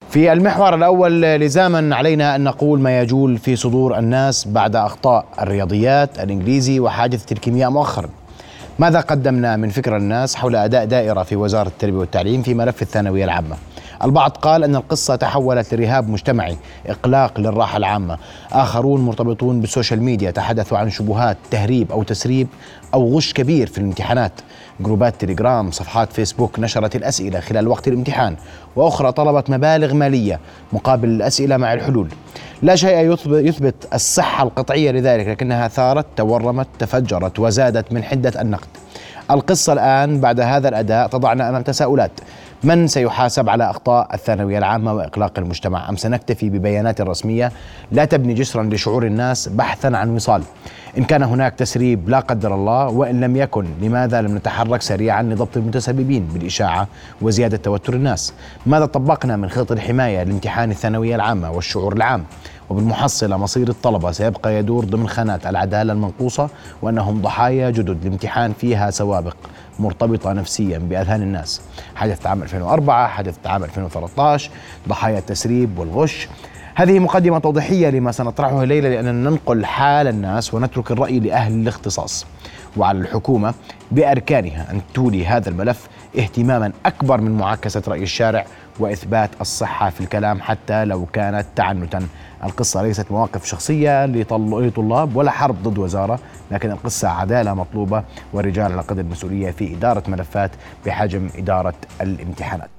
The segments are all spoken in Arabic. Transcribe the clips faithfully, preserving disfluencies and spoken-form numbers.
في المحور الأول لزاما علينا أن نقول ما يجول في صدور الناس بعد أخطاء الرياضيات، الإنجليزي وحادثة الكيمياء مؤخرا. ماذا قدمنا من فكرة الناس حول أداء دائرة في وزارة التربية والتعليم في ملف الثانوية العامة؟ البعض قال أن القصة تحولت لرهاب مجتمعي، إقلاق للراحة العامة. آخرون مرتبطون بالسوشيال ميديا تحدثوا عن شبهات تهريب أو تسريب أو غش كبير في الامتحانات. جروبات تليجرام، صفحات فيسبوك نشرت الأسئلة خلال وقت الامتحان، وأخرى طلبت مبالغ مالية مقابل الأسئلة مع الحلول. لا شيء يثبت الصحة القطعية لذلك، لكنها ثارت، تورمت، تفجرت وزادت من حدة النقد. القصة الآن بعد هذا الأداء تضعنا أمام تساؤلات: من سيحاسب على أخطاء الثانوية العامة وإقلاق المجتمع؟ أم سنكتفي ببيانات رسمية لا تبني جسرا لشعور الناس بحثا عن وصال؟ إن كان هناك تسريب لا قدر الله، وإن لم يكن، لماذا لم نتحرك سريعا لضبط المتسببين بالإشاعة وزيادة توتر الناس؟ ماذا طبقنا من خطط الحماية لامتحان الثانوية العامة والشعور العام؟ وبالمحصلة مصير الطلبة سيبقى يدور ضمن خانات العدالة المنقوصة، وأنهم ضحايا جدد لامتحان فيها سوابق مرتبطة نفسيا بأذهان الناس. حدث عام ألفين وأربعة، حدث عام ألفين وثلاثة عشر، ضحايا التسريب والغش. هذه مقدمة توضيحية لما سنطرحه الليلة، لأننا ننقل حال الناس ونترك الرأي لأهل الاختصاص. وعلى الحكومة بأركانها أن تولي هذا الملف اهتماما أكبر من معاكسة رأي الشارع وإثبات الصحة في الكلام حتى لو كانت تعنتا. القصة ليست مواقف شخصية لطلاب ولا حرب ضد وزارة، لكن القصة عدالة مطلوبة ورجال على قدر المسؤولية في إدارة ملفات بحجم إدارة الامتحانات.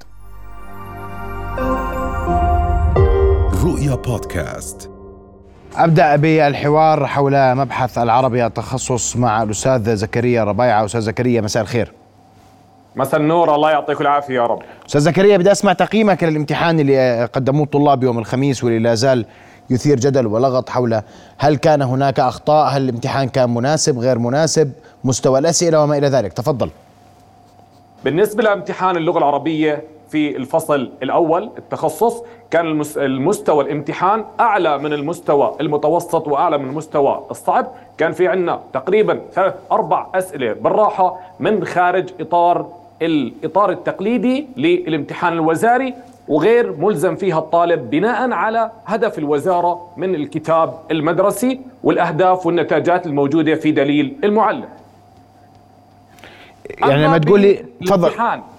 رؤيا بودكاست. أبدأ بالحوار حول مبحث العربي التخصص مع الأستاذ زكريا ربيعة. أستاذ زكريا، مساء الخير. مساء النور، الله يعطيك العافية يا رب. أستاذ زكريا، بدي أسمع تقييمك للامتحان اللي قدموه الطلاب يوم الخميس واللي لا زال يثير جدل ولغط حول هل كان هناك أخطاء، هل الامتحان كان مناسب غير مناسب، مستوى الأسئلة وما إلى ذلك. تفضل. بالنسبة لامتحان اللغة العربية في الفصل الأول التخصص، كان المستوى الامتحان أعلى من المستوى المتوسط وأعلى من المستوى الصعب. كان في عنا تقريبا ثلاث أربع أسئلة بالراحة من خارج إطار الإطار التقليدي للامتحان الوزاري، وغير ملزم فيها الطالب بناء على هدف الوزارة من الكتاب المدرسي والأهداف والنتاجات الموجودة في دليل المعلم. يعني لما تقول لي تفضل.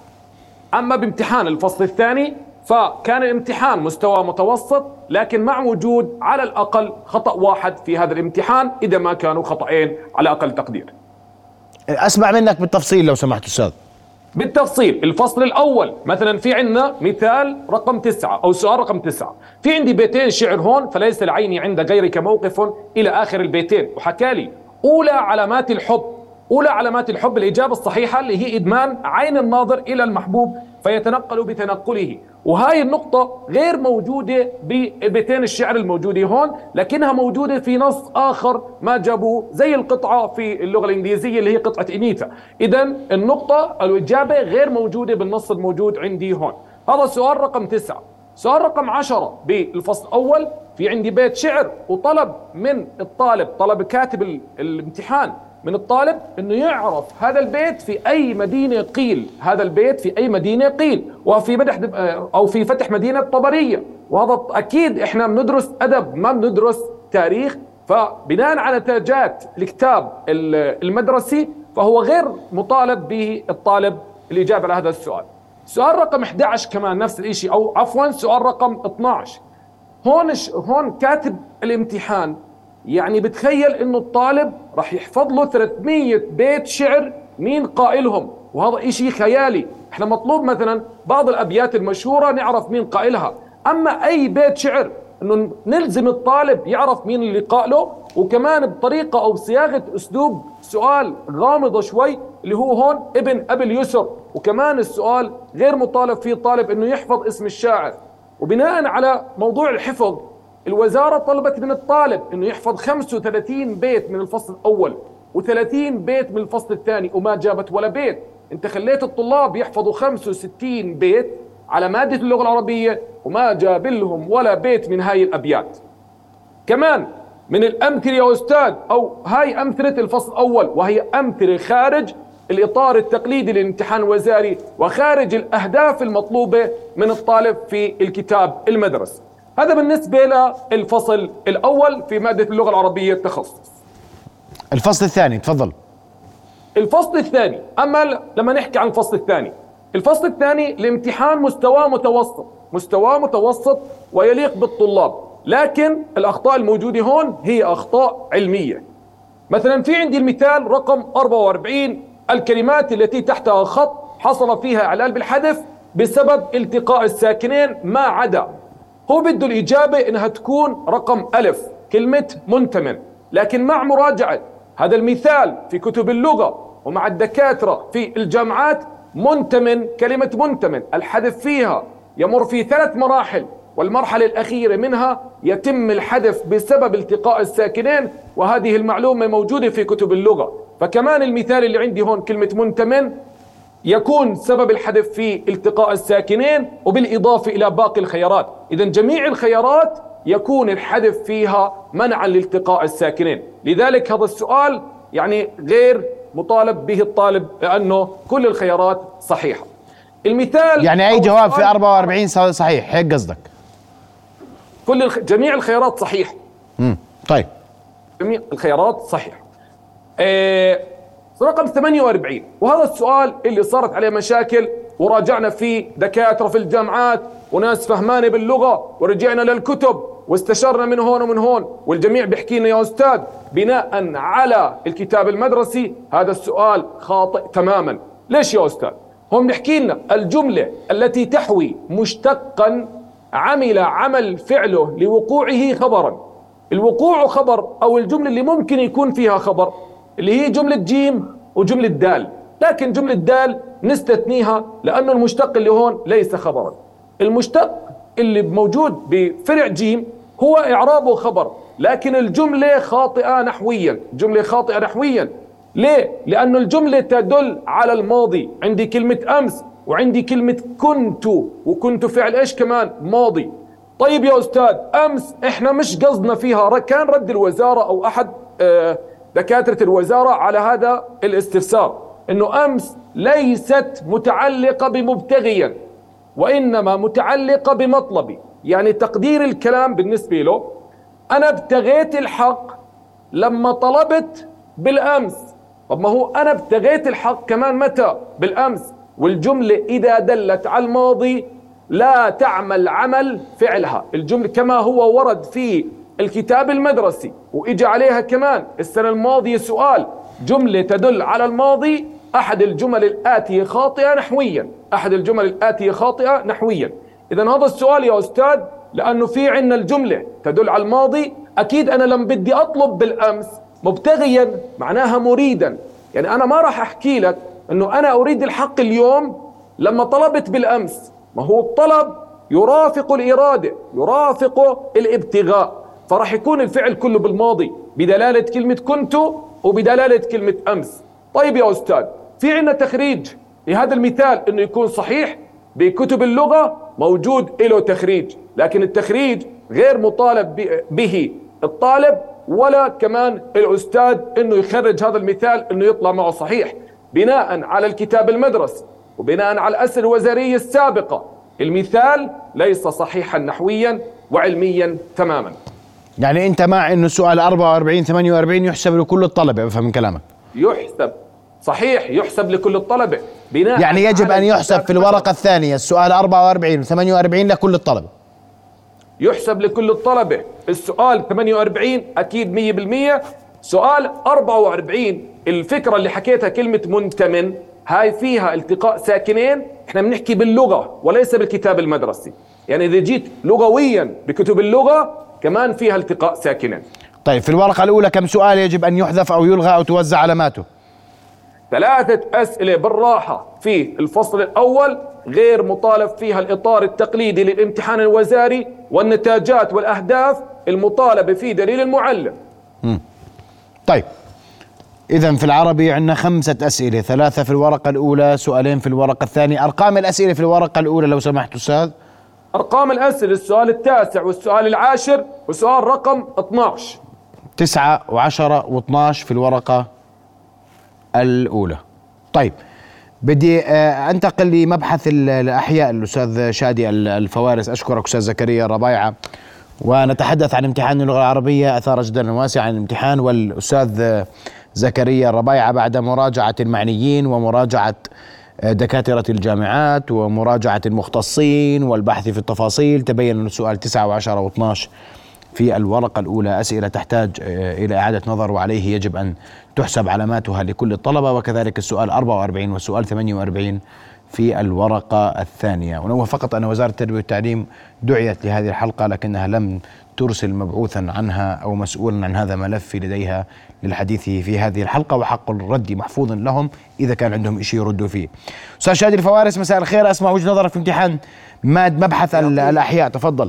أما بامتحان الفصل الثاني فكان الامتحان مستوى متوسط، لكن مع وجود على الأقل خطأ واحد في هذا الامتحان إذا ما كانوا خطأين على أقل تقدير. أسمع منك بالتفصيل لو سمحت أستاذ. بالتفصيل. الفصل الأول مثلا في عندنا مثال رقم تسعة أو سؤال رقم تسعة، في عندي بيتين شعر هون: فليس لعيني عند غيرك موقف إلى آخر البيتين، وحكالي أولى علامات الحب. أولى علامات الحب الإجابة الصحيحة اللي هي إدمان عين الناظر إلى المحبوب فيتنقل بتنقله، وهاي النقطة غير موجودة ببيتين الشعر الموجودة هون، لكنها موجودة في نص آخر ما جابوه زي القطعة في اللغة الإنجليزية اللي هي قطعة إنيتا. إذن النقطة الإجابة غير موجودة بالنص الموجود عندي هون. هذا سؤال رقم تسعة. سؤال رقم عشرة بالفصل الأول، في عندي بيت شعر وطلب من الطالب، طلب كاتب الامتحان من الطالب انه يعرف هذا البيت في اي مدينه قيل، هذا البيت في اي مدينه قيل، وفي مدح او في فتح مدينه طبريه. وهذا اكيد احنا بندرس ادب ما بندرس تاريخ، فبناء على نتاجات الكتاب المدرسي فهو غير مطالب به الطالب الاجابه على هذا السؤال. سؤال رقم أحد عشر كمان نفس الشيء، او عفوا سؤال رقم اثني عشر. هون هون كاتب الامتحان يعني بتخيل انه الطالب راح يحفظ له ثلاثمية بيت شعر مين قائلهم، وهذا اشي خيالي. احنا مطلوب مثلا بعض الابيات المشهورة نعرف مين قائلها، اما اي بيت شعر انه نلزم الطالب يعرف مين اللي قائله، وكمان بطريقة او بصياغة اسلوب سؤال غامضة شوي اللي هو هون ابن ابي اليسر. وكمان السؤال غير مطالب فيه الطالب انه يحفظ اسم الشاعر. وبناء على موضوع الحفظ الوزارة طلبت من الطالب انه يحفظ خمسة وثلاثين بيت من الفصل الاول وثلاثين بيت من الفصل الثاني، وما جابت ولا بيت. انت خليت الطلاب يحفظوا خمسة وستين بيت على مادة اللغة العربية وما جاب لهم ولا بيت من هاي الابيات. كمان من الامثلة يا استاذ، او هاي امثلة الفصل الاول وهي امثلة خارج الإطار التقليدي للامتحان الوزاري وخارج الأهداف المطلوبة من الطالب في الكتاب المدرسي. هذا بالنسبة للفصل الأول في مادة اللغة العربية التخصص. الفصل الثاني تفضل. الفصل الثاني، أما لما نحكي عن الفصل الثاني، الفصل الثاني الامتحان مستوى متوسط، مستوى متوسط ويليق بالطلاب، لكن الأخطاء الموجودة هون هي أخطاء علمية. مثلا في عندي المثال رقم أربعة وأربعين، الكلمات التي تحتها خط حصل فيها إعلال بالحذف بسبب التقاء الساكنين ما عدا. هو بده الإجابة إنها تكون رقم ألف، كلمة منتمن، لكن مع مراجعة هذا المثال في كتب اللغة ومع الدكاترة في الجامعات، منتمن، كلمة منتمن الحذف فيها يمر في ثلاث مراحل، والمرحلة الأخيرة منها يتم الحذف بسبب التقاء الساكنين، وهذه المعلومة موجودة في كتب اللغة. فكمان المثال اللي عندي هون كلمة منتمن يكون سبب الحذف في التقاء الساكنين، وبالإضافة إلى باقي الخيارات. إذن جميع الخيارات يكون الحذف فيها منعا لالتقاء الساكنين، لذلك هذا السؤال يعني غير مطالب به الطالب لأنه كل الخيارات صحيحة. المثال يعني أي جواب في أربعة وأربعين صحيح، هيك قصدك؟ كل الخ... جميع الخيارات صحيحة. امم طيب، جميع الخيارات صحيحة. آه... رقم ثمانية وأربعين، وهذا السؤال اللي صارت عليه مشاكل وراجعنا فيه دكاترة في الجامعات وناس فهمانة باللغة، ورجعنا للكتب واستشرنا من هون ومن هون، والجميع بيحكي لنا يا أستاذ بناء على الكتاب المدرسي هذا السؤال خاطئ تماما. ليش يا أستاذ؟ هم بيحكي لنا الجملة التي تحوي مشتقا عمل عمل فعله لوقوعه خبرا. الوقوع خبر، أو الجملة اللي ممكن يكون فيها خبر اللي هي جملة جيم وجملة دال، لكن جملة دال نستثنيها لأنه المشتق اللي هون ليس خبرا. المشتق اللي موجود بفرع جيم هو إعرابه خبر، لكن الجملة خاطئة نحويا، جملة خاطئة نحويا. ليه؟ لأنه الجملة تدل على الماضي، عندي كلمة أمس وعندي كلمة كنت، وكنت فعل إيش كمان؟ ماضي. طيب يا أستاذ أمس إحنا مش قصدنا فيها، كان رد الوزارة أو أحد آه دكاترة الوزارة على هذا الاستفسار إنه أمس ليست متعلقة بمبتغيا وإنما متعلقة بمطلبي، يعني تقدير الكلام بالنسبة له أنا ابتغيت الحق لما طلبت بالأمس. طب ما هو أنا ابتغيت الحق كمان متى؟ بالأمس. والجملة إذا دلت على الماضي لا تعمل عمل فعلها، الجملة كما هو ورد في الكتاب المدرسي وإجا عليها كمان السنة الماضية سؤال، جملة تدل على الماضي أحد الجمل الآتية خاطئة نحويا، أحد الجمل الآتية خاطئة نحويا. إذن هذا السؤال يا أستاذ لأنه في عنا الجملة تدل على الماضي، أكيد أنا لما بدي أطلب بالأمس مبتغيا معناها مريدا، يعني أنا ما راح أحكي لك أنه أنا أريد الحق اليوم لما طلبت بالأمس، ما هو الطلب يرافق الإرادة، يرافق الابتغاء، فراح يكون الفعل كله بالماضي بدلالة كلمة كنت وبدلالة كلمة أمس. طيب يا أستاذ في عنا تخريج لهذا المثال أنه يكون صحيح، بكتب اللغة موجود له تخريج، لكن التخريج غير مطالب به الطالب ولا كمان الأستاذ أنه يخرج هذا المثال أنه يطلع معه صحيح. بناء على الكتاب المدرسي وبناء على الأسئلة الوزارية السابقة المثال ليس صحيحا نحويا وعلميا تماما. يعني أنت مع أنه سؤال أربعة وأربعين ثمانية وأربعين يحسب لكل الطلبة، بفهم من كلامك؟ يحسب صحيح، يحسب لكل الطلبة بناء يعني يجب أن يحسب في الورقة الثانية السؤال أربعة وأربعين وثمانية وأربعين لكل الطلبة، يحسب لكل الطلبة. السؤال ثمانية وأربعين أكيد مية بالمية. سؤال أربعة وأربعين الفكرة اللي حكيتها كلمة منتمن هاي فيها التقاء ساكنين، احنا بنحكي باللغة وليس بالكتاب المدرسي، يعني إذا جيت لغويا بكتب اللغة كمان فيها التقاء ساكنين. طيب في الورقة الأولى كم سؤال يجب أن يحذف أو يلغى أو توزع علاماته؟ ثلاثة أسئلة بالراحة في الفصل الأول غير مطالب فيها الإطار التقليدي للامتحان الوزاري والنتاجات والأهداف المطالبة في دليل المعلم. مم. طيب إذن في العربي عندنا خمسة أسئلة، ثلاثة في الورقة الأولى، سؤالين في الورقة الثانية. أرقام الأسئلة في الورقة الأولى لو سمحت أستاذ. أرقام الأسئلة السؤال التاسع والسؤال العاشر وسؤال رقم اثناشر. تسعة وعشرة واثناش في الورقة الأولى. طيب بدي أنتقل لمبحث الأحياء الأستاذ شادي الفوارس. أشكرك أستاذ زكريا الربايعة، ونتحدث عن امتحان اللغة العربية أثار جدلا واسعا عن الامتحان، والأستاذ زكريا الربايعة بعد مراجعة المعنيين ومراجعة دكاترة الجامعات ومراجعة المختصين والبحث في التفاصيل تبين أن السؤال تسعة وعشرة واثناش في الورقة الأولى أسئلة تحتاج إلى إعادة نظر، وعليه يجب أن تحسب علاماتها لكل الطلبة، وكذلك السؤال أربعة وأربعين والسؤال ثمانية وأربعين في الورقة الثانية. ونوه فقط أن وزارة التربية والتعليم دعيت لهذه الحلقة لكنها لم ترسل مبعوثا عنها أو مسؤولا عن هذا ملف لديها للحديث في هذه الحلقة، وحق الرد محفوظ لهم إذا كان عندهم شيء يردوا فيه. أستاذ شادي الفوارس مساء الخير، أسمع وجهة نظرك في امتحان ماد مبحث الأحياء، تفضل.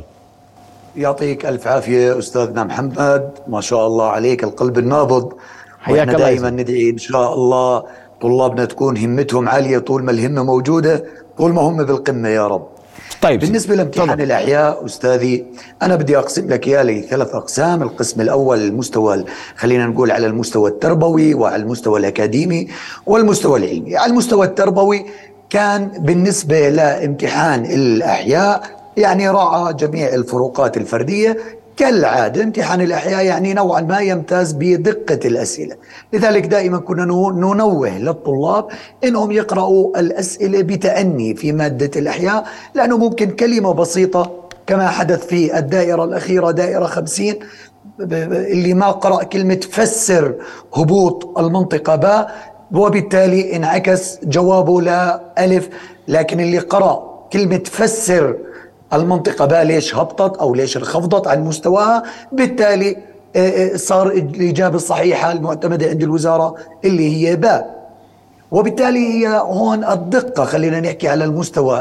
يعطيك ألف عافية أستاذنا محمد، ما شاء الله عليك القلب النابض. حياك الله. دائما ندعي إن شاء الله طلابنا تكون همتهم عالية طول ما الهمة موجودة، طول ما هم بالقمة يا رب. طيب بالنسبة لامتحان الأحياء أستاذي، أنا بدي أقسم لك إياه لثلاث أقسام. القسم الأول المستوى، خلينا نقول على المستوى التربوي وعلى المستوى الأكاديمي والمستوى العلمي. على المستوى التربوي كان بالنسبة لامتحان الأحياء يعني راعى جميع الفروقات الفردية كالعادة. امتحان الأحياء يعني نوعا ما يمتاز بدقة الأسئلة، لذلك دائما كنا ننوه للطلاب إنهم يقرأوا الأسئلة بتأني في مادة الأحياء، لأنه ممكن كلمة بسيطة كما حدث في الدائرة الأخيرة دائرة خمسين اللي ما قرأ كلمة فسر هبوط المنطقة باء وبالتالي انعكس جوابه لا ألف، لكن اللي قرأ كلمة فسر المنطقة باء ليش هبطت أو ليش انخفضت عن مستواها، بالتالي صار الإجابة الصحيحة المعتمدة عند الوزارة اللي هي باء. وبالتالي هي هون الدقة. خلينا نحكي على المستوى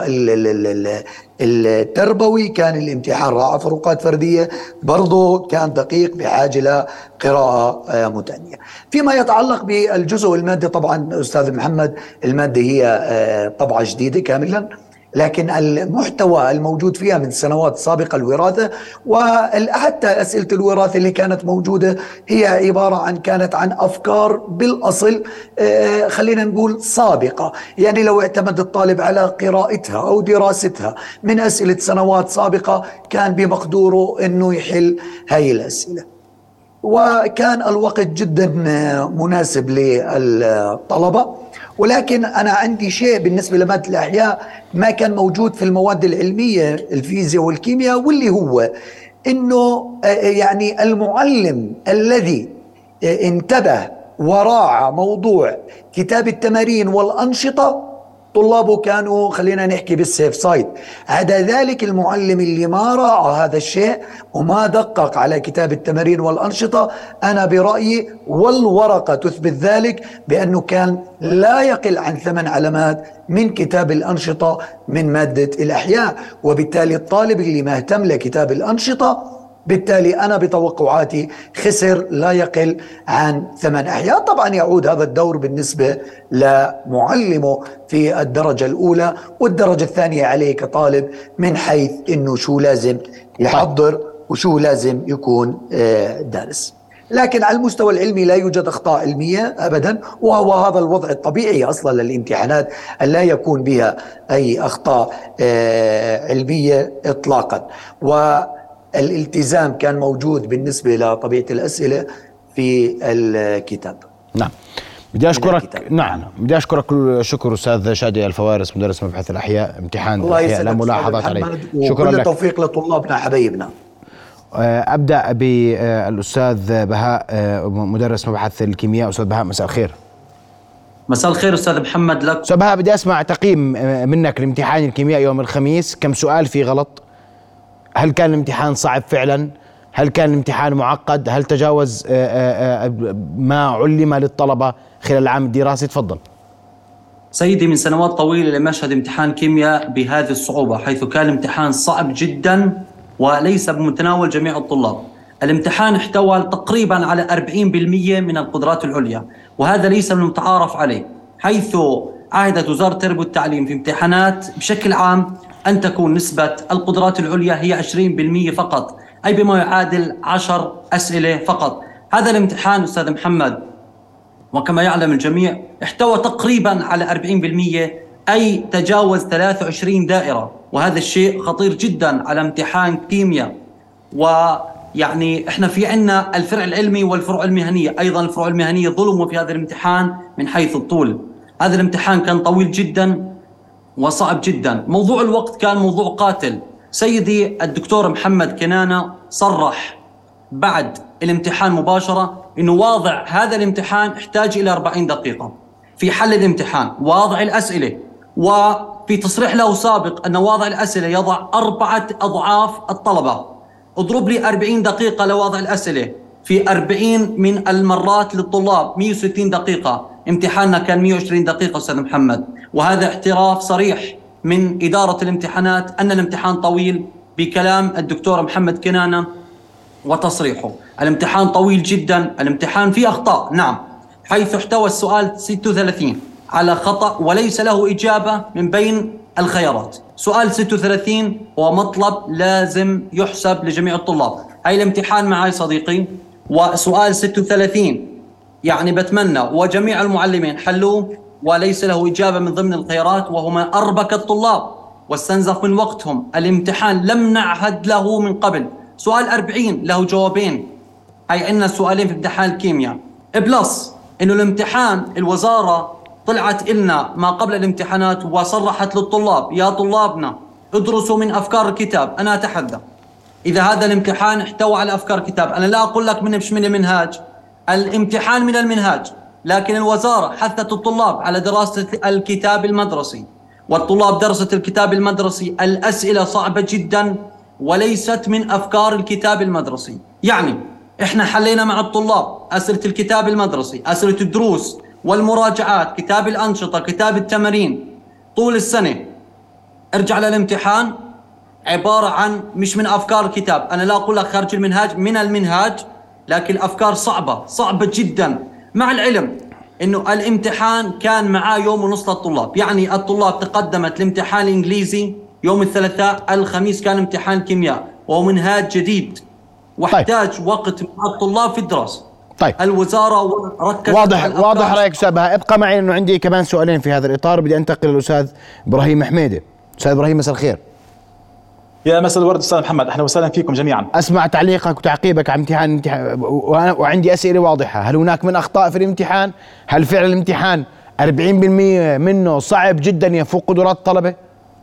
التربوي كان الامتحان راعى فروقات فردية، برضو كان دقيق بحاجة لقراءة متأنية. فيما يتعلق بالجزء المادي طبعا أستاذ محمد، المادة هي طبعة جديدة كاملا، لكن المحتوى الموجود فيها من سنوات سابقة الوراثة، وحتى أسئلة الوراثة اللي كانت موجودة هي عبارة عن كانت عن أفكار بالأصل خلينا نقول سابقة، يعني لو اعتمد الطالب على قراءتها أو دراستها من أسئلة سنوات سابقة كان بمقدوره أنه يحل هاي الأسئلة. وكان الوقت جدا مناسب للطلبة. ولكن أنا عندي شيء بالنسبة لمادة الأحياء ما كان موجود في المواد العلمية الفيزياء والكيمياء، واللي هو إنه يعني المعلم الذي انتبه وراعى موضوع كتاب التمارين والأنشطة طلابه كانوا خلينا نحكي بالسيف سايد. عدا ذلك المعلم اللي ما راعى هذا الشيء وما دقق على كتاب التمارين والأنشطة، أنا برأيي والورقة تثبت ذلك بأنه كان لا يقل عن ثمان علامات من كتاب الأنشطة من مادة الأحياء. وبالتالي الطالب اللي ما اهتم لكتاب الأنشطة بالتالي أنا بتوقعاتي خسر لا يقل عن ثمان أحياء. طبعا يعود هذا الدور بالنسبة لمعلمه في الدرجة الأولى والدرجة الثانية عليه كطالب، من حيث أنه شو لازم يحضر وشو لازم يكون دارس. لكن على المستوى العلمي لا يوجد أخطاء علمية أبدا، وهو هذا الوضع الطبيعي أصلا للامتحانات أن لا يكون بها أي أخطاء علمية إطلاقا. و الالتزام كان موجود بالنسبة لطبيعة الأسئلة في الكتاب. نعم بدي أشكرك. نعم بدي أشكرك كل شكر أستاذ شادي الفوارس مدرس مبحث الأحياء امتحان الأحياء لا ملاحظات عليه. شكرا لك. التوفيق لطلابنا حبايبنا. أبدأ بالأستاذ بهاء مدرس مبحث الكيمياء. أستاذ بهاء مساء الخير. مساء الخير أستاذ محمد لك. أستاذ بهاء بدي أسمع تقييم منك لامتحان الكيمياء يوم الخميس، كم سؤال فيه غلط؟ هل كان الامتحان صعب فعلا؟ هل كان الامتحان معقد؟ هل تجاوز ما علم للطلبة خلال العام الدراسي؟ تفضل. سيدي من سنوات طويلة لم أشهد امتحان كيمياء بهذه الصعوبة، حيث كان الامتحان صعب جدا وليس بمتناول جميع الطلاب. الامتحان احتوى تقريبا على أربعين بالمئة من القدرات العليا، وهذا ليس من المتعارف عليه، حيث عهدت وزارة التربية والتعليم في امتحانات بشكل عام أن تكون نسبة القدرات العليا هي عشرين بالمئة فقط، أي بما يعادل عشر أسئلة فقط. هذا الامتحان أستاذ محمد وكما يعلم الجميع احتوى تقريبا على أربعين بالمئة، أي تجاوز ثلاثة وعشرين دائرة، وهذا الشيء خطير جدا على امتحان كيمياء. ويعني احنا في عنا الفرع العلمي والفروع المهنية، أيضا الفروع المهنية ظلموا في هذا الامتحان من حيث الطول. هذا الامتحان كان طويل جدا وصعب جدا. موضوع الوقت كان موضوع قاتل. سيدي الدكتور محمد كنانة صرح بعد الامتحان مباشرة إنه واضع هذا الامتحان يحتاج إلى أربعين دقيقة في حل الامتحان، واضع الأسئلة، وفي تصريح له سابق أن واضع الأسئلة يضع أربعة أضعاف الطلبة. اضرب لي أربعين دقيقة لوضع الأسئلة في أربعين من المرات للطلاب، مئة وستين دقيقة. امتحاننا كان مئة وعشرين دقيقة أستاذ محمد، وهذا اعتراف صريح من إدارة الامتحانات أن الامتحان طويل بكلام الدكتور محمد كنانة وتصريحه. الامتحان طويل جدا، الامتحان فيه أخطاء نعم، حيث احتوى السؤال ستة وثلاثين على خطأ وليس له إجابة من بين الخيارات. سؤال ستة وثلاثين هو مطلب لازم يحسب لجميع الطلاب. هاي الامتحان معي صديقي، وسؤال ستة وثلاثين يعني بتمنى وجميع المعلمين حلوه وليس له إجابة من ضمن الخيارات، وهما أربك الطلاب واستنزف من وقتهم. الامتحان لم نعهد له من قبل. سؤال أربعين له جوابين، هاي عندنا سؤالين في امتحان الكيمياء، بلس إنه الامتحان الوزارة طلعت إلنا ما قبل الامتحانات وصرحت للطلاب يا طلابنا ادرسوا من أفكار الكتاب. أنا أتحدى إذا هذا الامتحان احتوى على أفكار كتاب، أنا لا أقول لك من مش من المنهاج، الامتحان من المنهاج، لكن الوزارة حثت الطلاب على دراسة الكتاب المدرسي، والطلاب درست الكتاب المدرسي. الأسئلة صعبة جدا وليست من أفكار الكتاب المدرسي. يعني إحنا حلينا مع الطلاب أسئلة الكتاب المدرسي، أسئلة الدروس والمراجعات، كتاب الأنشطة، كتاب التمارين طول السنة. ارجع للامتحان عبارة عن مش من أفكار الكتاب. أنا لا أقول لك خارج المنهاج، من المنهاج، لكن الأفكار صعبة صعبة جدا، مع العلم إنه الامتحان كان معاه يوم ونص للطلاب. يعني الطلاب تقدمت الامتحان الإنجليزي يوم الثلاثاء، الخميس كان امتحان كيمياء وهو منهاج جديد واحتاج طيب. وقت مع الطلاب في الدراسة. طيب الوزارة ركزت واضح واضح رأيك أستاذ بهاء. ابقى معي إنه عندي كمان سؤالين في هذا الإطار. بدي أنتقل للأستاذ إبراهيم حميدة. أستاذ إبراهيم مساء الخير. يا مساء الورد أستاذ محمد، أهلا وسهلا فيكم جميعا. أسمع تعليقك وتعقيبك على امتحان امتحان وعندي أسئلة واضحة. هل هناك من أخطاء في الامتحان؟ هل فعلا الامتحان أربعين بالمئة منه صعب جدا يفوق قدرات الطلبة؟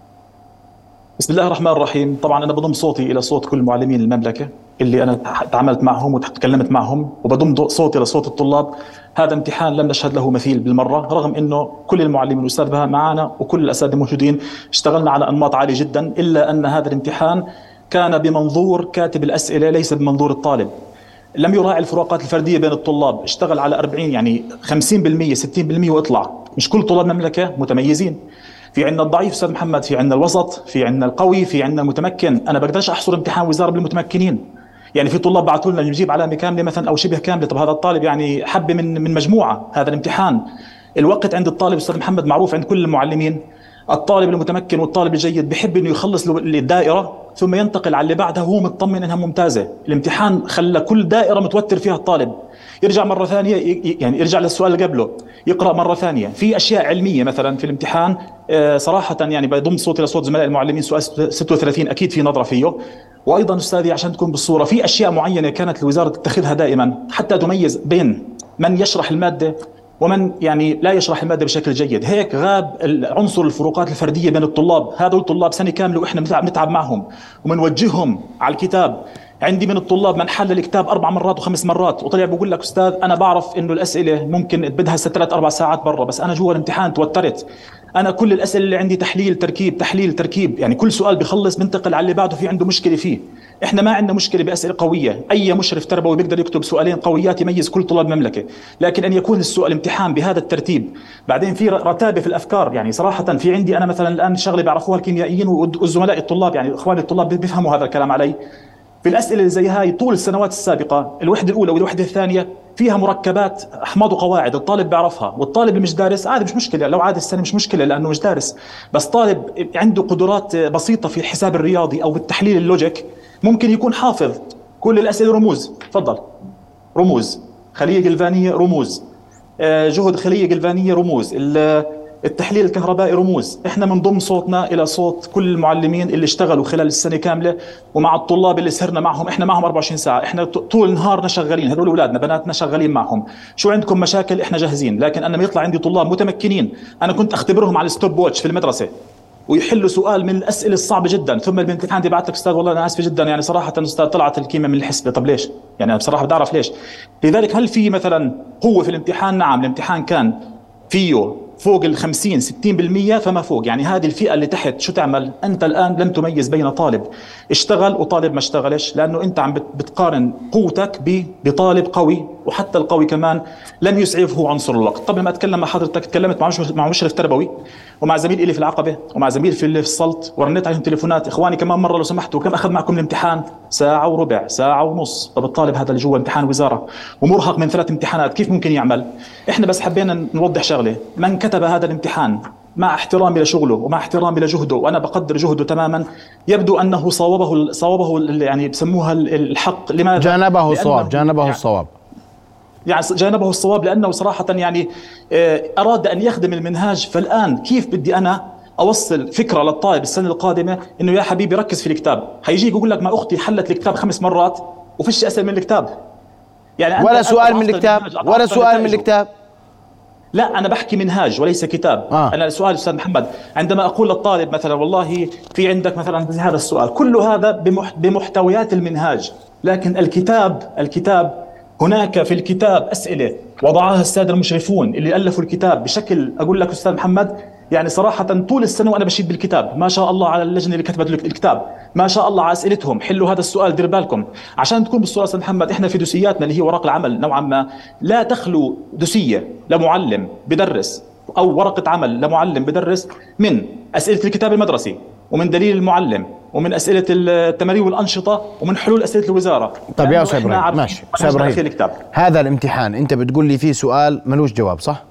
بسم الله الرحمن الرحيم. طبعا أنا بضم صوتي إلى صوت كل معلمين المملكة اللي أنا تعاملت معهم وتكلمت معهم، وبضم صوتي لصوت الطلاب. هذا امتحان لم نشهد له مثيل بالمرة، رغم أنه كل المعلمين والأستاذ بهاء معنا وكل الأساتذة الموجودين اشتغلنا على أنماط عالية جدا، إلا أن هذا الامتحان كان بمنظور كاتب الأسئلة ليس بمنظور الطالب. لم يراعي الفروقات الفردية بين الطلاب، اشتغل على أربعين يعني خمسين بالمئة ستين بالمئة واطلع. مش كل طلاب المملكة متميزين، في عندنا الضعيف أستاذ محمد، في عندنا الوسط، في عندنا القوي، في عندنا المتمكن. أنا بقدرش أحصر امتحان وزارة بالمتمكنين. يعني في طلاب بعثوا لنا يجيب علامة كاملة مثلا أو شبه كاملة، طب هذا الطالب يعني حبة من من مجموعة. هذا الامتحان الوقت عند الطالب أستاذ محمد معروف عند كل المعلمين، الطالب المتمكن والطالب الجيد بحب إنه يخلص الدائرة ثم ينتقل على اللي بعدها وهو مطمن إنها ممتازة. الامتحان خلى كل دائرة متوتر فيها الطالب، يرجع مرة ثانية يعني يرجع للسؤال اللي قبله، يقرأ مرة ثانية. في أشياء علمية مثلا في الامتحان صراحة يعني بضم صوتي لصوت زملاء المعلمين، سؤال ستة وثلاثين أكيد في نظرة فيه. وأيضا أستاذي عشان تكون بالصورة، في أشياء معينة كانت الوزارة تتخذها دائما حتى تميز بين من يشرح المادة ومن يعني لا يشرح المادة بشكل جيد. هيك غاب عنصر الفروقات الفردية بين الطلاب. هذول الطلاب سنة كاملة وإحنا بنتعب, بنتعب معهم ومنوجههم على الكتاب. عندي من الطلاب من حل الكتاب أربع مرات وخمس مرات وطلع بقول لك أستاذ أنا بعرف إنه الأسئلة ممكن بدها ثلاث أربع ساعات برا، بس أنا جوا الامتحان توترت. أنا كل الأسئلة اللي عندي تحليل تركيب تحليل تركيب، يعني كل سؤال بيخلص بنتقل على اللي بعده في عنده مشكلة فيه. إحنا ما عندنا مشكلة بأسئلة قوية، أي مشرف تربوي بيقدر يكتب سؤالين قويات يميز كل طلاب المملكة، لكن أن يكون السؤال امتحان بهذا الترتيب. بعدين في رتابة في الأفكار. يعني صراحة في عندي أنا مثلا الآن شغلة بيعرفوها الكيميائيين والزملاء الطلاب، يعني إخواني الطلاب بيفهموا هذا الكلام علي. في الأسئلة اللي زي هاي طول السنوات السابقة الوحدة الأولى والوحدة الثانية فيها مركبات أحماض وقواعد الطالب بيعرفها، والطالب اللي مش دارس عادي مش مشكلة، لو عاد السنة مش مشكلة لأنه مش دارس. بس طالب عنده قدرات بسيطة في الحساب الرياضي أو بالتحليل اللوجيك ممكن يكون حافظ كل الأسئلة رموز. تفضل رموز خلية جلفانية رموز، جهد خلية قلبانية رموز، التحليل الكهربائي رموز. احنا بنضم صوتنا الى صوت كل المعلمين اللي اشتغلوا خلال السنه كامله، ومع الطلاب اللي سهرنا معهم. احنا معهم أربعة وعشرين ساعه، احنا طول نهارنا شغالين، هذول اولادنا بناتنا شغالين معهم. شو عندكم مشاكل؟ احنا جاهزين. لكن انا لما يطلع عندي طلاب متمكنين، انا كنت اختبرهم على الستوب واتش في المدرسه ويحلوا سؤال من الاسئله الصعبه جدا، ثم الامتحان تبعت لك استاذ والله انا اسف جدا يعني صراحه استاذ طلعت الكيمياء من الحسبه. طب ليش؟ يعني انا بصراحه بدي اعرف ليش. لذلك هل في مثلا قوه في الامتحان؟ نعم، الامتحان كان فيه فوق ال خمسين ستين بالمئة فما فوق. يعني هذه الفئة اللي تحت شو تعمل؟ أنت الآن لن تميز بين طالب اشتغل وطالب ما اشتغلش، لأنه أنت عم بتقارن قوتك بطالب قوي، وحتى القوي كمان لن يسعفه عنصر الوقت. قبل ما أتكلم مع حضرتك تكلمت مع مع مشرف تربوي ومع زميل إلي في العقبة ومع زميل في في السلط، ورنيت عليهم تليفونات، إخواني كمان مرة لو سمحتوا كم أخذ معكم الامتحان؟ ساعة وربع، ساعة ونص. طب الطالب هذا اللي جوا امتحان وزارة ومرهق من ثلاث امتحانات كيف ممكن يعمل؟ إحنا بس حبينا نوضح شغلة، من كتب هذا الامتحان مع احترامي لشغله ومع احترامي لجهده، وانا بقدر جهده تماما، يبدو انه صوابه صوابه يعني بسموها الحق. لماذا؟ جانبه الصواب، جانبه يعني الصواب يعني جانبه الصواب لانه صراحه يعني اراد ان يخدم المنهاج. فالان كيف بدي انا اوصل فكره للطالب السنه القادمه انه يا حبيبي ركز في الكتاب؟ هيجي يقول لك ما اختي حلت الكتاب خمس مرات وفيش اسئله من الكتاب، يعني ولا سؤال من الكتاب ولا سؤال من الكتاب. لا، أنا بحكي منهاج وليس كتاب. آه. أنا السؤال أستاذ محمد، عندما أقول للطالب مثلا والله في عندك مثلا هذا السؤال، كل هذا بمحتويات المنهاج. لكن الكتاب الكتاب هناك في الكتاب أسئلة وضعها السادة المشرفون اللي ألفوا الكتاب بشكل، أقول لك أستاذ محمد يعني صراحة طول السنة وأنا بشيد بالكتاب، ما شاء الله على اللجنة اللي كتبت الكتاب، ما شاء الله على أسئلتهم. حلوا هذا السؤال، دير بالكم عشان تكون بالصورة أستاذ محمد. إحنا في دوسياتنا اللي هي ورق العمل نوعا ما لا تخلو دوسية لمعلم بدرس أو ورقة عمل لمعلم بدرس من أسئلة الكتاب المدرسي ومن دليل المعلم ومن أسئلة التمارين والأنشطة ومن حلول أسئلة الوزارة. طب يا أستاذ إبراهيم، ماشي أستاذ إبراهيم، هذا الامتحان أنت بتقول لي فيه سؤال ملوش جواب صح؟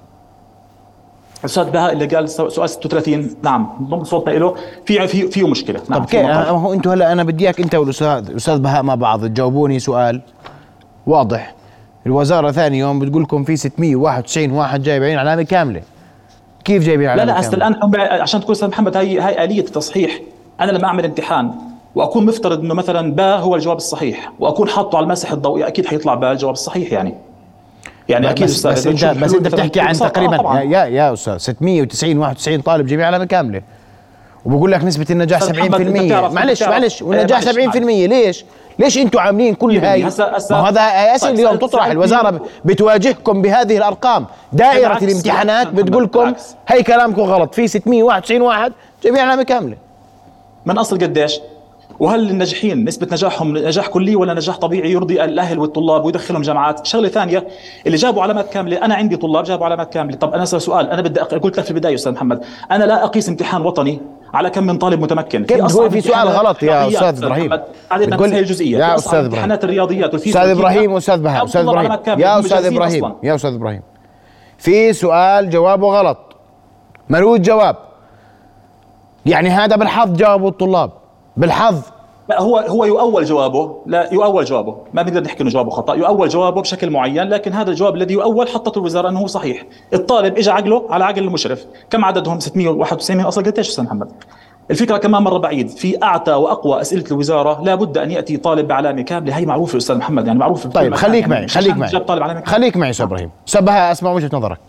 أستاذ بهاء اللي قال سؤال ستة وثلاثين، نعم ضم صوتنا له في في فيه مشكلة. نعم. طب كيف هو أنتوا هلا أنا بدي إياك أنت والأستاذ أستاذ بهاء مع بعض تجاوبوني سؤال واضح. الوزارة ثاني يوم بتقول لكم في ستمئة وواحد وتسعين واحد جايبين علامة كاملة، كيف جايبين علامة كاملة؟ لا لا هسه الآن عشان تكون أستاذ محمد هاي هاي آلية تصحيح. أنا لما أعمل امتحان وأكون مفترض إنه مثلا باء هو الجواب الصحيح وأكون حاطه على المسح الضوئي، أكيد حيطلع باء الجواب الصحيح. يعني يعني اكيد بس, بس انت بس انت بتحكي عن تقريبا آه يا يا استاذ ستمئة وتسعين واحد وتسعين طالب جميع علامه كامله، وبقول لك نسبه النجاح سبعين بالمئة. معلش معلش والنجاح سبعين بالمئة. ليش ليش انتم عاملين كل هاي؟ ما هذا اسئله اليوم تطرح، الوزاره بتواجهكم بهذه الارقام، دائره الامتحانات بتقول لكم هي كلامكم غلط، في ستمئة وواحد وتسعين واحد جميع علامه كامله. من اصل قديش؟ وهل الناجحين نسبة نجاحهم نجاح كلي ولا نجاح طبيعي يرضي الأهل والطلاب ويدخلهم جامعات؟ شغلة ثانية، اللي جابوا علامات كاملة، أنا عندي طلاب جابوا علامات كاملة. طب أنا أسأل سؤال، أنا بدي قلت لك في البداية أستاذ محمد، أنا لا أقيس امتحان وطني على كم من طالب متمكن. كيف تقول في سؤال غلط يا أستاذ إبراهيم؟ بتقول هي الجزئية يا أستاذ إبراهيم، امتحانات الرياضيات أستاذ إبراهيم وأستاذ بهاء، أستاذ إبراهيم يا أستاذ إبراهيم يا أستاذ إبراهيم في سؤال جوابه غلط ملوش جواب، يعني هذا بالحظ جاوبوا الطلاب بالحظ. لا هو هو يؤول جوابه، لا يؤول جوابه، ما بنقدر نحكي انه جوابه خطا، يؤول جوابه بشكل معين، لكن هذا الجواب الذي يؤول حطته الوزاره انه هو صحيح. الطالب اجى عقله على عقل المشرف، كم عددهم؟ ستمئة وواحد وتسعين من اصل قديش استاذ محمد؟ الفكره كمان مره بعيد، في اعتى واقوى اسئله الوزاره لابد ان ياتي طالب بعلامه كامله، هي معروفه استاذ محمد، يعني معروفه. طيب خليك معي خليك معي خليك معي استاذ ابراهيم، سبها اسمع وجهه نظرك.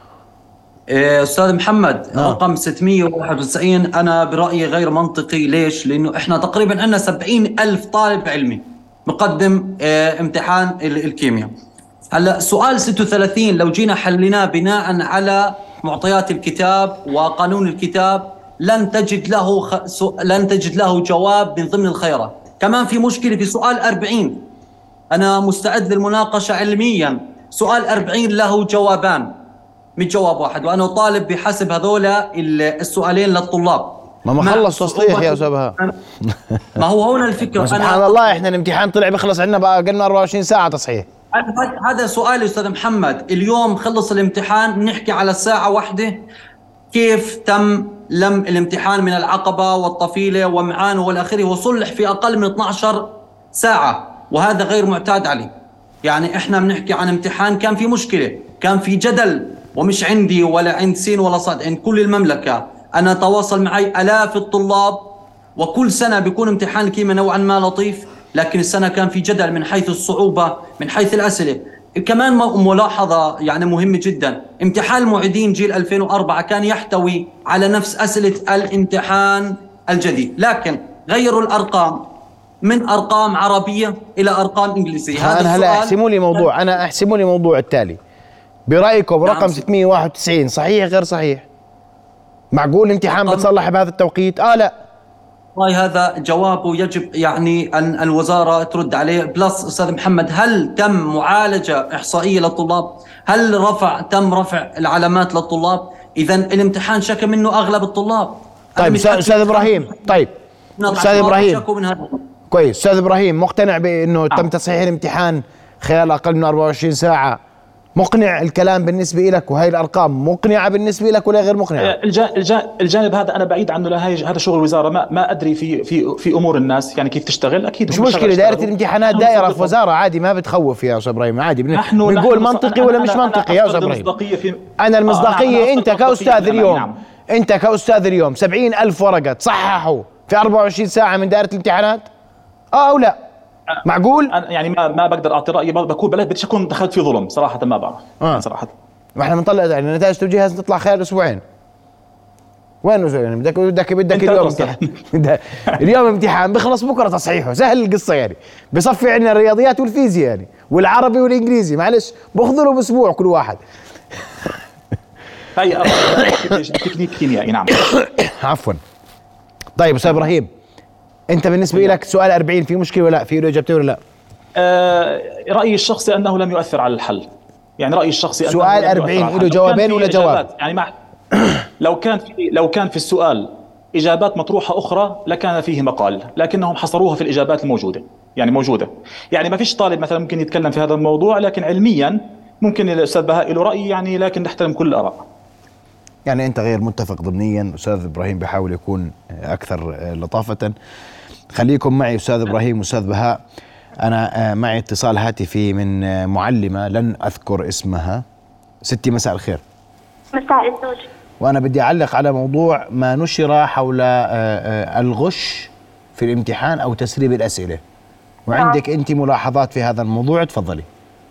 استاذ محمد آه. رقم ستمئة وواحد وتسعين انا برايي غير منطقي. ليش؟ لانه احنا تقريبا عندنا سبعين الف طالب علمي مقدم اه امتحان الكيمياء. هلا سؤال ستة وثلاثين لو جينا حليناه بناء على معطيات الكتاب وقانون الكتاب لن تجد له خ... لن تجد له جواب من ضمن الخيارات. كمان في مشكله في سؤال أربعين، انا مستعد للمناقشه علميا. سؤال أربعين له جوابان مش جواب واحد، وانا طالب بحسب هذولا السؤالين للطلاب. ما ما خلص تصحيح يا استاذ بهاء. ما هو هنا الفكره. سبحان الله احنا الامتحان طلع بيخلص عندنا بقى قلنا أربعة وعشرين ساعه تصحيح. هذا سؤالي استاذ محمد، اليوم خلص الامتحان نحكي على ساعه واحده كيف تم لم الامتحان من العقبه والطفيله ومعانه والى اخره، وصلح في اقل من اثنعش ساعه، وهذا غير معتاد عليه. يعني إحنا بنحكي عن امتحان كان في مشكلة، كان في جدل، ومش عندي ولا عند سين ولا صاد، عند كل المملكة. أنا تواصل معي آلاف الطلاب، وكل سنة بيكون امتحان الكيمياء نوعا ما لطيف، لكن السنة كان في جدل من حيث الصعوبة، من حيث الأسئلة. كمان ملاحظة يعني مهمة جدا، امتحان المعيدين جيل ألفين وأربعة كان يحتوي على نفس أسئلة الامتحان الجديد، لكن غيروا الأرقام من أرقام عربية إلى أرقام إنجليزية. هذا أنا هلا احسموا لي موضوع أنا احسموا لي موضوع التالي. برأيكم رقم نعم. ستمئة وواحد وتسعين صحيح غير صحيح؟ معقول امتحان رقم... بتصلح بهذا التوقيت؟ آه لا. والله هذا جوابه يجب يعني أن الوزارة ترد عليه. بلس أستاذ محمد، هل تم معالجة إحصائية للطلاب؟ هل رفع تم رفع العلامات للطلاب؟ إذن الامتحان شكى منه أغلب الطلاب. طيب أستاذ إبراهيم، طيب أستاذ إبراهيم كويس. أستاذ إبراهيم مقتنع بأنه آه. تم تصحيح الامتحان خلال أقل من أربعة وعشرين ساعة؟ مقنع الكلام بالنسبة لك؟ وهي الأرقام مقنعة بالنسبة لك ولا غير مقنعة؟ الجانب هذا أنا بعيد عنه، هذا شغل الوزارة، ما ما أدري في في في أمور الناس يعني كيف تشتغل. أكيد مش مشكلة، دائرة الامتحانات دائرة في وزارة عادي، ما بتخوف يا أستاذ إبراهيم، عادي بنقول منطقي ولا مش منطقي يا أستاذ إبراهيم. أنا المصداقية، أنت كأستاذ اليوم أنت كأستاذ اليوم سبعين ألف ورقة تصححوا في أربعة وعشرين ساعة من دائرة الامتحانات؟ آه أو لا؟ معقول؟ أنا يعني ما ما بقدر أعطي رأيي، بقول بلا بديش أكون دخلت في ظلم صراحة، ما بعرف آه. صراحة. ما احنا بنطلع يعني نتائج توجيه لازم تطلع خلال أسبوعين. وين أسبوعين؟ يعني بدك بدك بدك اليوم امتحان اليوم امتحان بخلص بكرة تصحيحه، سهل القصة يعني. بصفي عندنا الرياضيات والفيزياء يعني والعربي والإنجليزي، معلش باخذوا له بأسبوع كل واحد. هاي تكنيك كيميائي. نعم. عفوا. طيب أستاذ إبراهيم، أنت بالنسبة لك سؤال أربعين في مشكلة ولا في له إجابته ولا لا؟ آه رأيي الشخصي أنه لم يؤثر على الحل. يعني رأيي الشخصي أنه سؤال أربعين له جوابين ولا جواب؟ يعني مع لو كان في لو كان في السؤال إجابات مطروحة أخرى لكان فيه مقال، لكنهم حصروها في الإجابات الموجودة، يعني موجودة. يعني ما فيش طالب مثلا ممكن يتكلم في هذا الموضوع، لكن علميا ممكن الأستاذ بهاء له رأي يعني، لكن نحترم كل الآراء. يعني أنت غير متفق ضمنيا. أستاذ إبراهيم بيحاول يكون أكثر لطافة. خليكم معي أستاذ إبراهيم وأستاذ بهاء. أنا معي اتصال هاتفي من معلمة لن أذكر اسمها. ستي مساء الخير. مساء النور. وأنا بدي أعلق على موضوع ما نشر حول الغش في الامتحان أو تسريب الأسئلة، وعندك أنت ملاحظات في هذا الموضوع، تفضلي.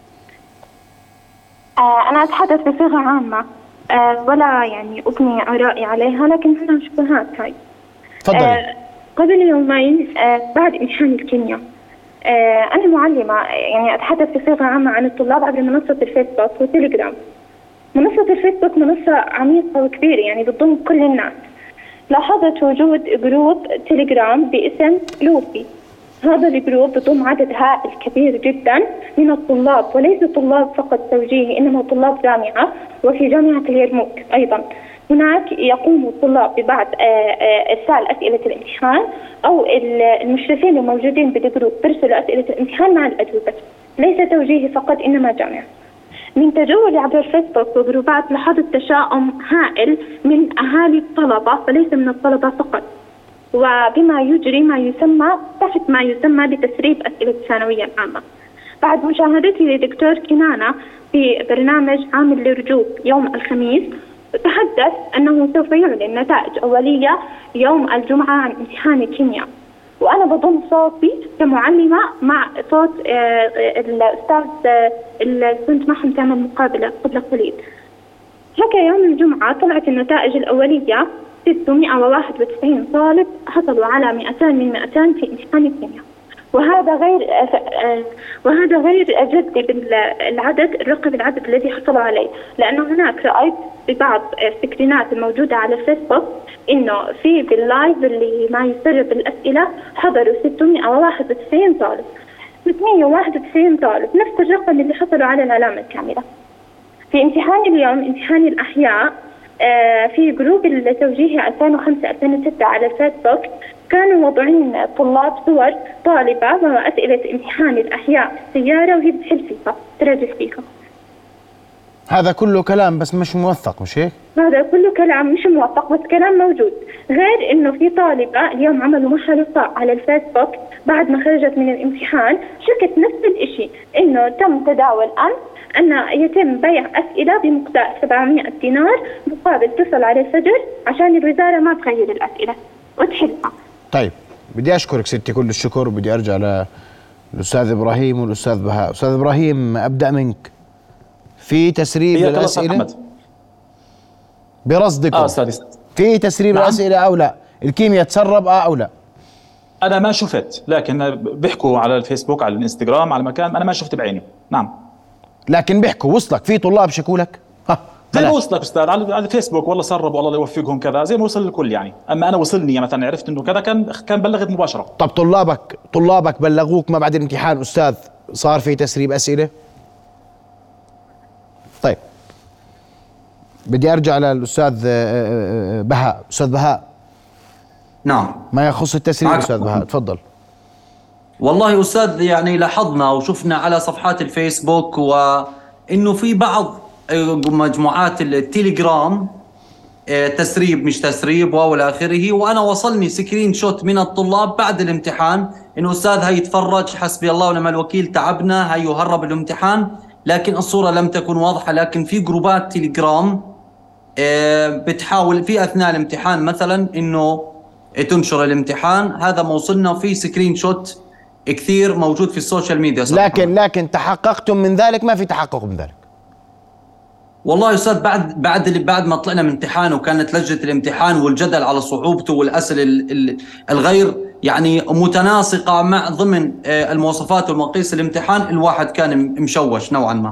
أنا أتحدث بصيغة عامة ولا يعني أبني آرائي عليها، لكن هنا شبهات. هاي تفضلي. قبل يومين بعد امتحان الكيمياء أنا معلمة، يعني أتحدث بصيغة عامة عن الطلاب عبر منصة الفيسبوك والتليجرام. منصة الفيسبوك منصة عميقة وكبيرة يعني بتضم كل الناس. لاحظت وجود جروب تليجرام باسم لوفي. هذا الجروب بضم عدد هائل كبير جدا من الطلاب، وليس طلاب فقط توجيهي، إنما طلاب جامعة، وفي جامعة اليرموك أيضا. هناك يقوم الطلاب ببعض إرسال أسئلة الامتحان، أو المشرفين الموجودين بالجروب برسلوا أسئلة الامتحان مع الأجوبة، ليس توجيهي فقط إنما جامعة. من تجولي عبر الفيسبوك وجروبات لاحظت تشاؤم هائل من أهالي الطلبة، وليس من الطلبة فقط، وبما يجري ما يسمى تحت ما يسمى بتسريب أسئلة الثانوية العامة. بعد مشاهدتي لدكتور كنانة في برنامج عامل للرجوب يوم الخميس، تحدث أنه سوف يعلن نتائج أولية يوم الجمعة عن امتحان الكيمياء، وأنا بضم صوتي كمعلمة مع صوت الأستاذ اللي كنت معهم تعمل مقابلة قبل قليل. حكى يوم الجمعة طلعت النتائج الأولية ستمئة وواحد وتسعين طالب حصلوا على مئتين من مئتين في امتحان الكيمياء، وهذا غير وهذا غير جدي بالعدد الرقم العدد الذي حصلوا عليه، لأنه هناك رأيت ببعض السكرينات الموجودة على الفيسبوك إنه في باللايف اللي ما يسرب الأسئلة حضروا ستمئة وواحد وتسعين طالب، ستمئة وواحد وتسعين طالب نفس الرقم اللي حصلوا على العلامة الكاملة. في امتحان اليوم امتحان الأحياء آه في جروب التوجيهي ألفين وخمسة ألفين وستة على الفيسبوك كانوا وضعين طلاب صور طالبة وأسئلة امتحان الأحياء في السيارة وهي بتحل فيها تراجع فيها. هذا كله كلام بس مش موثق، مش هيك؟ هذا كله كلام مش موثق بس كلام موجود. غير إنه في طالبة اليوم عملوا محا لقاء على الفيسبوك بعد ما خرجت من الامتحان شكت نفس الإشي، إنه تم تداول أمس أن يتم بيع أسئلة بمقدار سبعمائة دينار مقابل تصل على الفجر عشان الوزارة ما تغير الأسئلة وتحلها. طيب بدي أشكرك ستي كل الشكر، وبدي أرجع للأستاذ إبراهيم والأستاذ بهاء. أستاذ إبراهيم أبدأ منك. في تسريب للأسئلة برصدكم؟ آه أستاذ. في تسريب نعم. الأسئلة أو لا؟ الكيمياء تسرب آه أو لا؟ أنا ما شفت، لكن بيحكوا على الفيسبوك على الانستغرام على مكان، أنا ما شفت بعيني. نعم لكن بيحكوا وصلك في طلاب شكوا لك؟ ها زي ما وصلك أستاذ على الفيسبوك والله سربوا الله يوفقهم كذا، زي ما وصل الكل يعني. أما أنا وصلني مثلا عرفت إنه كذا كان كان بلغت مباشرة. طب طلابك طلابك بلغوك ما بعد الامتحان أستاذ صار في تسريب أسئلة؟ طيب بدي أرجع للأستاذ بهاء. أستاذ بهاء. نعم. ما يخص التسريب أستاذ بهاء تفضل. والله أستاذ يعني لاحظنا وشفنا على صفحات الفيسبوك وإنه في بعض مجموعات التليجرام تسريب مش تسريب وإلى آخره، وأنا وصلني سكرين شوت من الطلاب بعد الامتحان إنه أستاذ هاي يتفرج حسبي الله ونعم الوكيل تعبنا هاي يهرب الامتحان، لكن الصورة لم تكن واضحة. لكن في جروبات تليجرام بتحاول في أثناء الامتحان مثلا إنه تنشر الامتحان، هذا ما وصلنا في سكرين شوت كثير موجود في السوشيال ميديا. لكن لكن تحققتم من ذلك؟ ما في تحقق من ذلك والله يا أستاذ. بعد بعد بعد ما طلعنا من امتحان وكانت لجنة الامتحان والجدل على صعوبته والأسئلة الغير يعني متناسقة مع ضمن المواصفات والمقاييس الامتحان، الواحد كان مشوش نوعا ما.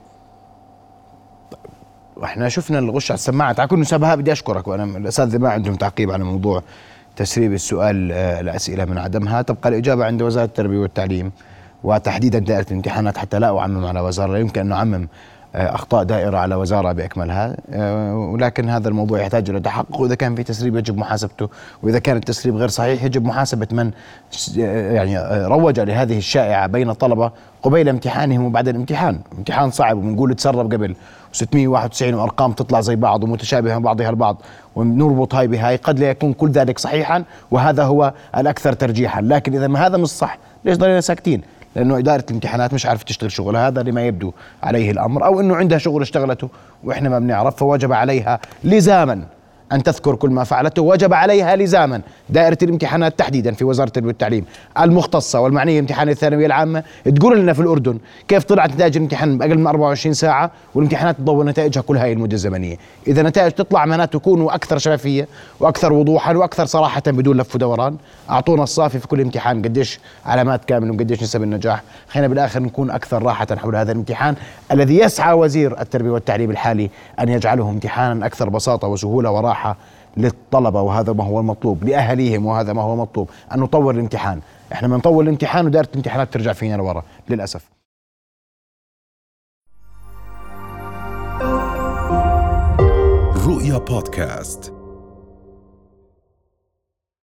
احنا شفنا الغش على السماعة. تعال كل مسابقة بدي أشكرك، وأنا الأساتذة ما عندهم تعقيب على موضوع تسريب السؤال الأسئلة من عدمها. تبقى الإجابة عند وزارة التربية والتعليم وتحديدا دائرة الامتحانات، حتى لا أعمم على وزارة، لا يمكن أن نعمم أخطاء دائرة على وزارة بأكملها، ولكن هذا الموضوع يحتاج إلى تحقق. وإذا كان في تسريب يجب محاسبته، وإذا كان التسريب غير صحيح يجب محاسبة من يعني روج لهذه الشائعة بين الطلبة قبيل امتحانهم وبعد الامتحان. امتحان صعب وبنقول تسرب قبل وستمائة وواحد وتسعين وأرقام تطلع زي بعض ومتشابهة بعضها البعض، ونربط هاي بهاي، قد لا يكون كل ذلك صحيحا وهذا هو الأكثر ترجيحا. لكن إذا ما هذا مش صح ليش ضلينا ساكتين؟ لأنه إدارة الامتحانات مش عارفة تشتغل شغلها، هذا لما يبدو عليه الأمر، أو أنه عندها شغل اشتغلته وإحنا ما بنعرف، فوجب عليها لزاما أن تذكر كل ما فعلته. وجب عليها لزاما دائرة الامتحانات تحديدا في وزارة التربية والتعليم المختصة والمعنية بامتحان الثانوية العامة تقول لنا في الأردن كيف طلعت نتائج الامتحان بأقل من أربعة وعشرين ساعة والامتحانات تضوى نتائجها كل هاي المدة الزمنية. إذا نتائج تطلع معناته تكونوا أكثر شفافية وأكثر وضوحا وأكثر صراحة بدون لف ودوران. أعطونا الصافي في كل امتحان قديش علامات كامل وقديش نسب النجاح، خلينا بالآخر نكون أكثر راحة حول هذا الامتحان الذي يسعى وزير التربية والتعليم الحالي أن يجعله امتحانا أكثر بساطة وسهولة وراحة للطلبة، وهذا ما هو المطلوب، لأهليهم وهذا ما هو مطلوب، أن نطور الامتحان. احنا بنطور الامتحان ودائرة الامتحانات ترجع فينا لورا للأسف. رؤيا بودكاست.